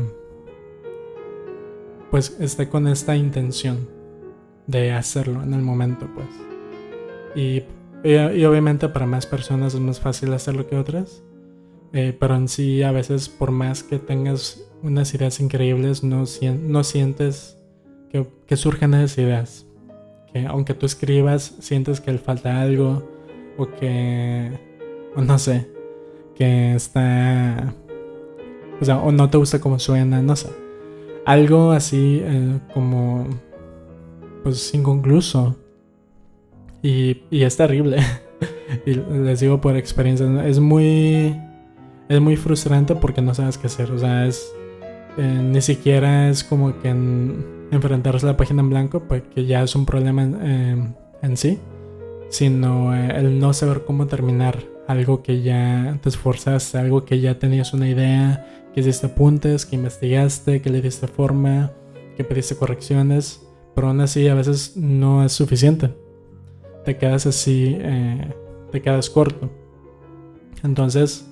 pues esté con esta intención de hacerlo en el momento, pues. Y, y, y obviamente para más personas es más fácil hacerlo que otras, eh, pero en sí a veces, por más que tengas unas ideas increíbles, no, no sientes que, que surjan esas ideas, que aunque tú escribas sientes que le falta algo, o que, o no sé, que está, o sea, o no te gusta cómo suena, no sé, algo así eh, como pues inconcluso. Y, y es terrible. Y les digo por experiencia, ¿no? Es muy es muy frustrante porque no sabes qué hacer. O sea, es eh, ni siquiera es como que en, enfrentarse a la página en blanco, pues que ya es un problema en, eh, en sí, sino eh, el no saber cómo terminar algo que ya te esforzaste, algo que ya tenías una idea, que hiciste apuntes, que investigaste, que le diste forma, que pediste correcciones, pero aún así a veces no es suficiente. Te quedas así, eh, te quedas corto. Entonces,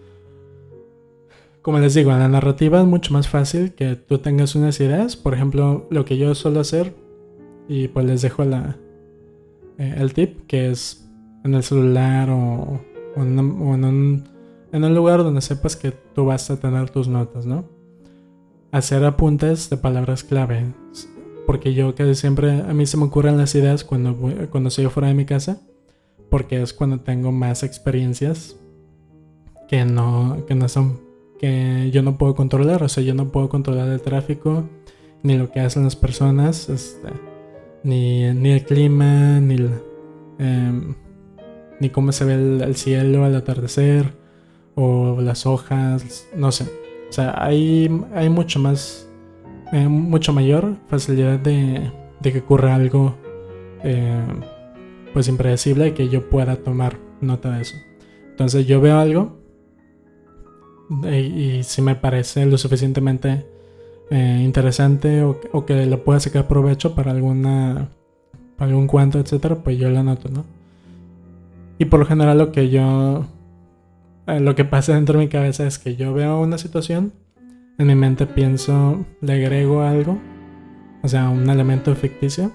como les digo, en la narrativa es mucho más fácil que tú tengas unas ideas. Por ejemplo, lo que yo suelo hacer, y pues les dejo la, eh, el tip, que es en el celular o, o, en, o en, un, en un lugar donde sepas que tú vas a tener tus notas, ¿no? Hacer apuntes de palabras clave. Porque yo casi siempre, a mí se me ocurren las ideas cuando, voy, cuando estoy fuera de mi casa, porque es cuando tengo más experiencias que no, que no son, que yo no puedo controlar. O sea, yo no puedo controlar el tráfico, ni lo que hacen las personas, este, ni, ni el clima, ni, el, eh, ni cómo se ve el, el cielo al atardecer, o las hojas, no sé. O sea, hay, hay mucho más... Eh, mucho mayor facilidad de, de que ocurra algo eh, pues impredecible, que yo pueda tomar nota de eso. Entonces yo veo algo y, y si me parece lo suficientemente eh, interesante o, o que le pueda sacar provecho para alguna para algún cuento, etcétera, pues yo lo anoto, ¿no? Y por lo general lo que yo eh, lo que pasa dentro de mi cabeza es que yo veo una situación, en mi mente pienso, le agrego algo, o sea, un elemento ficticio,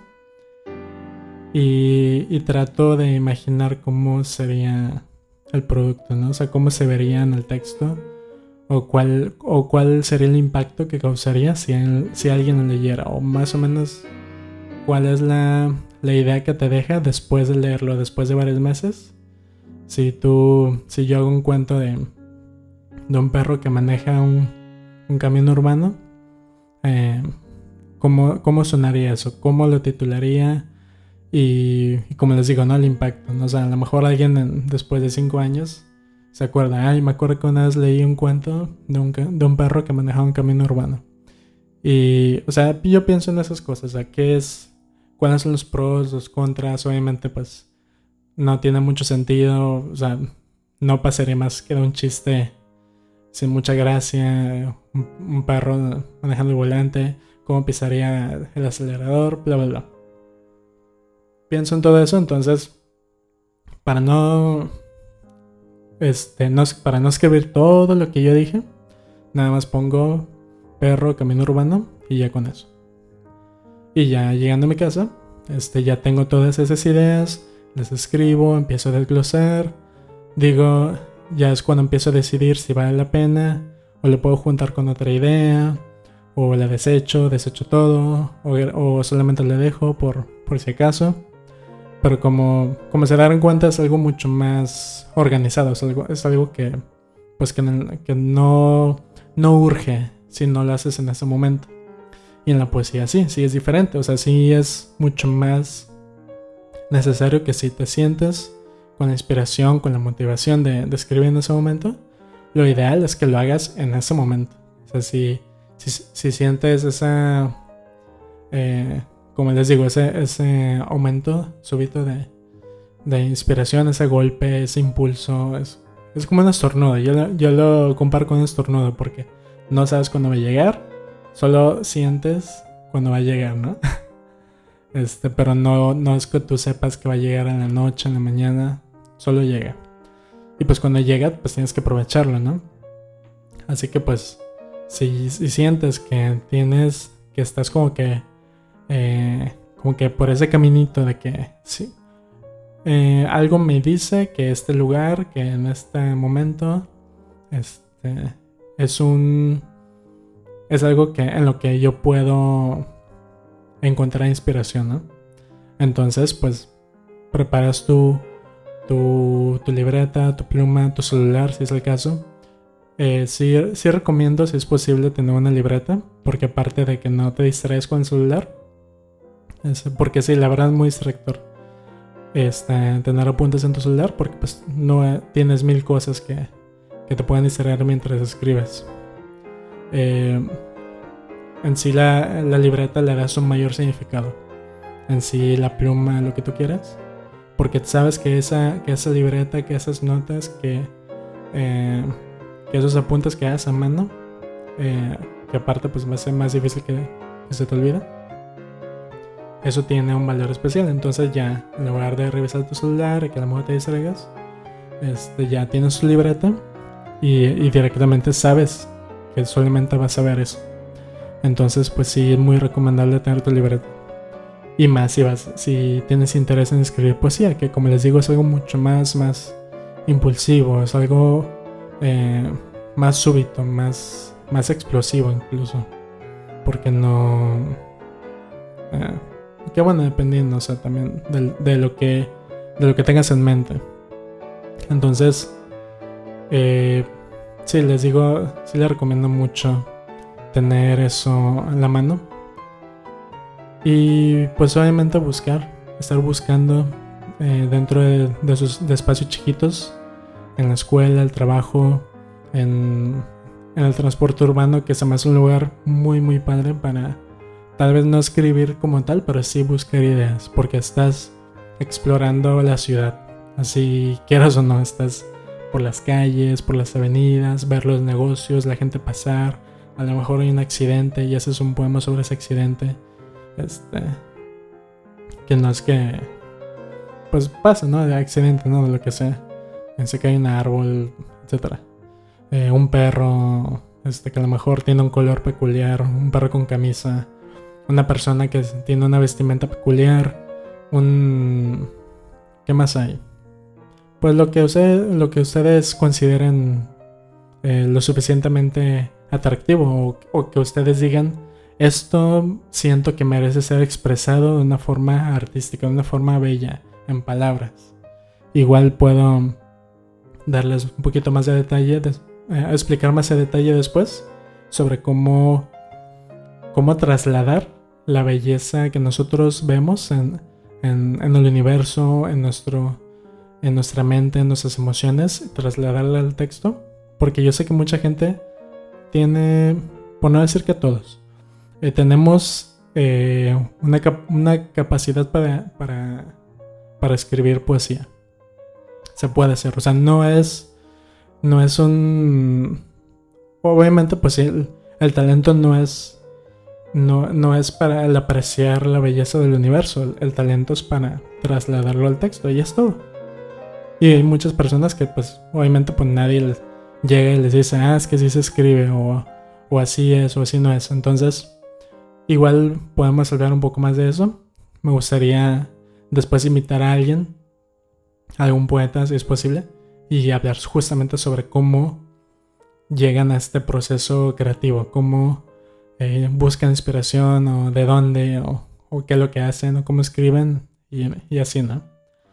y, y trato de imaginar cómo sería el producto, ¿no? O sea, cómo se vería en el texto, o cuál, o cuál sería el impacto que causaría si, el, si alguien lo leyera, o más o menos cuál es la, la idea que te deja después de leerlo, después de varios meses. Si tú, si yo hago un cuento de, de un perro que maneja un, un camión urbano, eh, ¿cómo, ¿cómo sonaría eso? ¿Cómo lo titularía? Y, y como les digo, ¿no? El impacto, ¿no? O sea, a lo mejor alguien en, después de cinco años se acuerda, ay, me acuerdo que una vez leí un cuento de un, de un perro que manejaba un camión urbano. Y, o sea, yo pienso en esas cosas, o sea, ¿qué es? ¿Cuáles son los pros, los contras? Obviamente, pues, no tiene mucho sentido, o sea, no pasaría más que de un chiste sin mucha gracia, un, un perro manejando el volante, cómo pisaría el acelerador, bla, bla, bla. Pienso en todo eso, entonces, para no, este, no, para no escribir todo lo que yo dije, nada más pongo perro, camino urbano y ya con eso. Y ya llegando a mi casa, este, ya tengo todas esas ideas, las escribo, empiezo a desglosar, digo, ya es cuando empiezo a decidir si vale la pena, o lo puedo juntar con otra idea, o la desecho, desecho todo, o, o solamente la dejo por, por si acaso. Pero como, como se darán cuenta, es algo mucho más organizado, es algo, es algo que, pues que, que no, no urge si no lo haces en ese momento. Y en la poesía sí, sí es diferente, o sea, sí es mucho más necesario que si te sientes con la inspiración, con la motivación de, de escribir en ese momento, lo ideal es que lo hagas en ese momento. O sea, si, si, si sientes esa, eh, como les digo, ese, ese aumento súbito de, de inspiración, ese golpe, ese impulso, es, es como un estornudo. Yo, lo, yo lo comparo con un estornudo porque no sabes cuándo va a llegar, solo sientes cuando va a llegar, ¿no? Este, pero no, no es que tú sepas que va a llegar en la noche, en la mañana, solo llega. Y pues cuando llega, pues tienes que aprovecharlo, ¿no? Así que pues, si, si sientes que tienes, que estás como que, eh, como que por ese caminito de que, sí, eh, algo me dice que este lugar, que en este momento, este, es un, es algo que, en lo que yo puedo encontrar inspiración, ¿no? Entonces, pues, preparas tu, tu, tu libreta, tu pluma, tu celular, si es el caso. Eh, sí, sí recomiendo, si es posible, tener una libreta, porque aparte de que no te distraes con el celular, es, porque sí, la verdad es muy distractor este, tener apuntes en tu celular, porque pues no eh, tienes mil cosas que, que te pueden distraer mientras escribes. Eh, en sí la, la libreta le das un mayor significado. En sí la pluma, lo que tú quieras, porque sabes que esa, que esa libreta, que esas notas, que, eh, que esos apuntes que hagas a mano, eh, que aparte pues va a ser más difícil que, que se te olvide, eso tiene un valor especial. Entonces ya, en lugar de revisar tu celular y que a lo mejor te distraigas, este, ya tienes tu libreta y, y directamente sabes que solamente vas a ver eso. Entonces pues sí, es muy recomendable tener tu libreta. Y más si vas, si tienes interés en escribir poesía, que como les digo es algo mucho más, más impulsivo, es algo eh, más súbito, más, más explosivo incluso. Porque no... Eh, que bueno, dependiendo, o sea, también de, de, lo que, de lo que tengas en mente. Entonces, eh, sí, les digo, sí les recomiendo mucho tener eso en la mano. Y pues obviamente buscar, estar buscando eh, dentro de, de sus de espacios chiquitos, en la escuela, el trabajo, en, en el transporte urbano, que se me hace un lugar muy muy padre para tal vez no escribir como tal, pero sí buscar ideas, porque estás explorando la ciudad, así quieras o no, estás por las calles, por las avenidas, ver los negocios, la gente pasar, a lo mejor hay un accidente y haces un poema sobre ese accidente. Este, que no es que, pues pasa, ¿no? De accidente, ¿no? De lo que sea. Se cae un árbol, etcétera. Eh, un perro, este, que a lo mejor tiene un color peculiar, un perro con camisa, una persona que tiene una vestimenta peculiar, un... ¿Qué más hay? Pues lo que, usted, lo que ustedes consideren eh, lo suficientemente atractivo o, o que ustedes digan, esto siento que merece ser expresado de una forma artística, de una forma bella, en palabras. Igual puedo darles un poquito más de detalle, de, eh, explicar más de detalle después sobre cómo, cómo trasladar la belleza que nosotros vemos en, en, en el universo, en, nuestro, en nuestra mente, en nuestras emociones, trasladarla al texto. Porque yo sé que mucha gente tiene, por no decir que todos, eh, tenemos eh, una, cap- una capacidad para, para, para escribir poesía. Se puede hacer, o sea, no es, no es un... Obviamente, pues sí, el, el talento no es, no, no es para el apreciar la belleza del universo, el, el talento es para trasladarlo al texto y es todo. Y hay muchas personas que, pues, obviamente, pues nadie les llega y les dice, ah, es que sí se escribe, o, o así es, o así no es. Entonces, igual podemos hablar un poco más de eso. Me gustaría después invitar a alguien, a algún poeta, si es posible, y hablar justamente sobre cómo llegan a este proceso creativo, cómo eh, buscan inspiración, o de dónde, o, o qué es lo que hacen, o cómo escriben, y, y así, ¿no?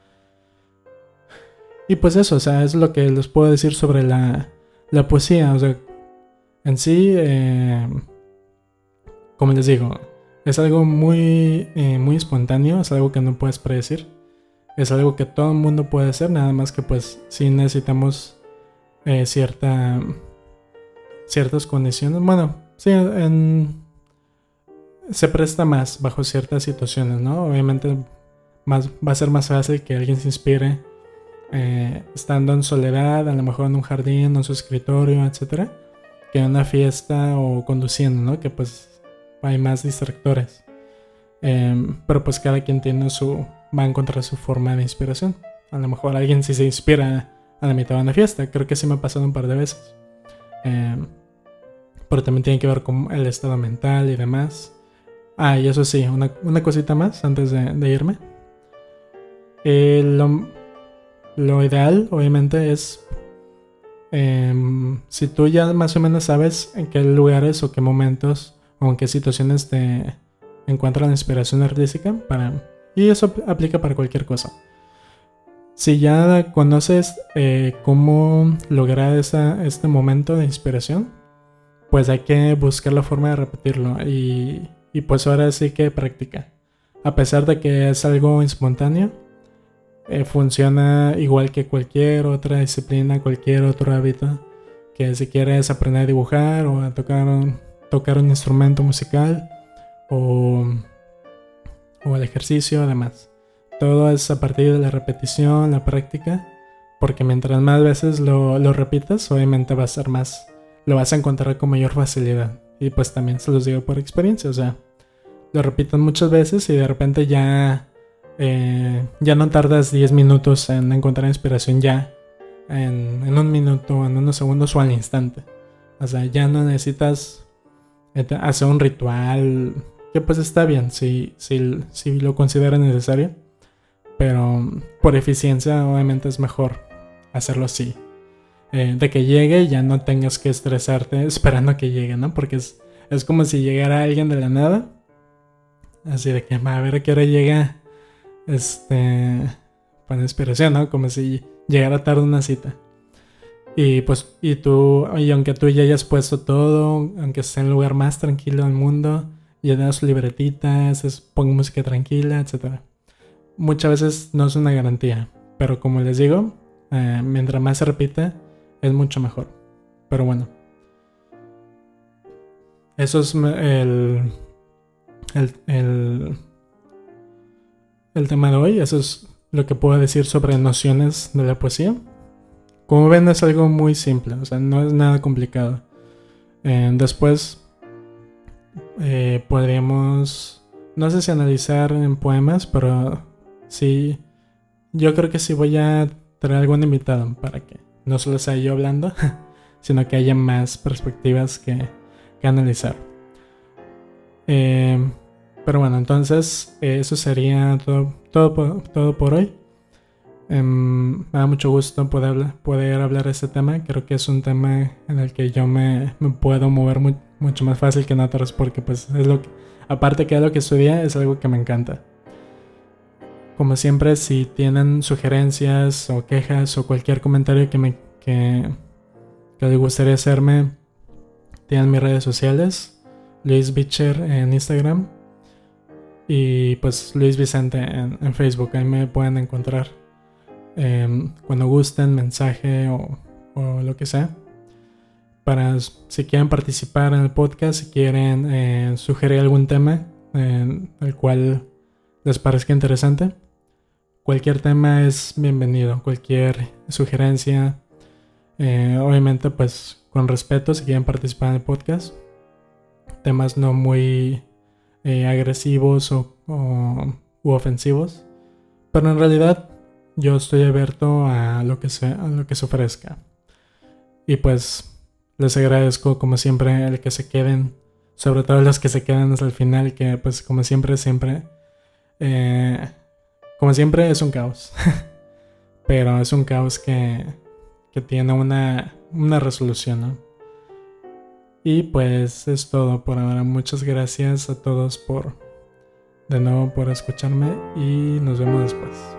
Y pues eso, o sea, es lo que les puedo decir sobre la, la poesía. O sea, en sí, eh, como les digo, es algo muy, eh, muy espontáneo, es algo que no puedes predecir. Es algo que todo el mundo puede hacer, nada más que pues sí necesitamos eh, cierta, ciertas condiciones. Bueno, sí, en, se presta más bajo ciertas situaciones, ¿no? Obviamente más, va a ser más fácil que alguien se inspire Eh, estando en soledad, a lo mejor en un jardín, en su escritorio, etcétera, que en una fiesta o conduciendo, ¿no? Que pues hay más distractores. Eh, pero pues cada quien tiene su, va a encontrar su forma de inspiración. A lo mejor alguien sí se inspira a la mitad de una fiesta, creo que sí me ha pasado un par de veces. Eh, pero también tiene que ver con el estado mental y demás. Ah, y eso sí, una, una cosita más antes de, de irme. Eh, lo, Lo ideal, obviamente, es eh, si tú ya más o menos sabes en qué lugares o qué momentos o en qué situaciones te encuentras la inspiración artística para, y eso aplica para cualquier cosa. Si ya conoces eh, cómo lograr esa, este momento de inspiración, pues hay que buscar la forma de repetirlo y, y pues ahora sí que practica. A pesar de que es algo espontáneo, Eh, funciona igual que cualquier otra disciplina, cualquier otro hábito. Que si quieres aprender a dibujar o a tocar un, tocar un instrumento musical o, o el ejercicio, además. Todo es a partir de la repetición, la práctica. Porque mientras más veces lo, lo repitas, obviamente va a ser más, lo vas a encontrar con mayor facilidad. Y pues también se los digo por experiencia, o sea, lo repitan muchas veces y de repente ya... Eh, ya no tardas diez minutos en encontrar inspiración ya en, en un minuto, en unos segundos o al instante. O sea, ya no necesitas hacer un ritual, que pues está bien si, si, si lo consideras necesario, pero por eficiencia obviamente es mejor hacerlo así. Eh, de que llegue ya no tengas que estresarte esperando que llegue, ¿no? Porque es, es como si llegara alguien de la nada, así de que a ver a qué hora llega. Este, para inspiración, ¿no? Como si llegara tarde una cita. Y pues, y tú, y aunque tú ya hayas puesto todo, aunque esté en el lugar más tranquilo del mundo, ya das su libretita, pongo música tranquila, etcétera. Muchas veces no es una garantía, pero como les digo, eh, mientras más se repita, es mucho mejor. Pero bueno, eso es el, el, el el tema de hoy. Eso es lo que puedo decir sobre nociones de la poesía. Como ven, es algo muy simple, o sea, no es nada complicado. Eh, después eh, podríamos, no sé si analizar en poemas, pero sí, yo creo que sí voy a traer algún invitado para que no solo sea yo hablando, sino que haya más perspectivas que, que analizar. Eh, pero bueno, entonces eh, eso sería todo, todo, por, todo por hoy. Eh, me da mucho gusto poder hablar, poder hablar de este tema. Creo que es un tema en el que yo me, me puedo mover muy, mucho más fácil que en otros, porque pues es lo que, aparte que es lo que estudié, es algo que me encanta. Como siempre, si tienen sugerencias o quejas o cualquier comentario que me que, que les gustaría hacerme, tienen mis redes sociales, Luis Bicher en Instagram y pues Luis Vicente en, en Facebook. Ahí me pueden encontrar eh, cuando gusten, mensaje o, o lo que sea. Para si quieren participar en el podcast, si quieren eh, sugerir algún tema en el cual les parezca interesante. Cualquier tema es bienvenido, cualquier sugerencia, eh, obviamente pues con respeto si quieren participar en el podcast. Temas no muy eh, agresivos o, o u ofensivos, pero en realidad yo estoy abierto a lo que se, a lo que se ofrezca. Y pues les agradezco como siempre el que se queden, sobre todo los que se quedan hasta el final, que pues como siempre, siempre... Eh, Como siempre es un caos, pero es un caos que, que tiene una, una resolución, ¿no? Y pues es todo por ahora. Muchas gracias a todos por de nuevo por escucharme y nos vemos después.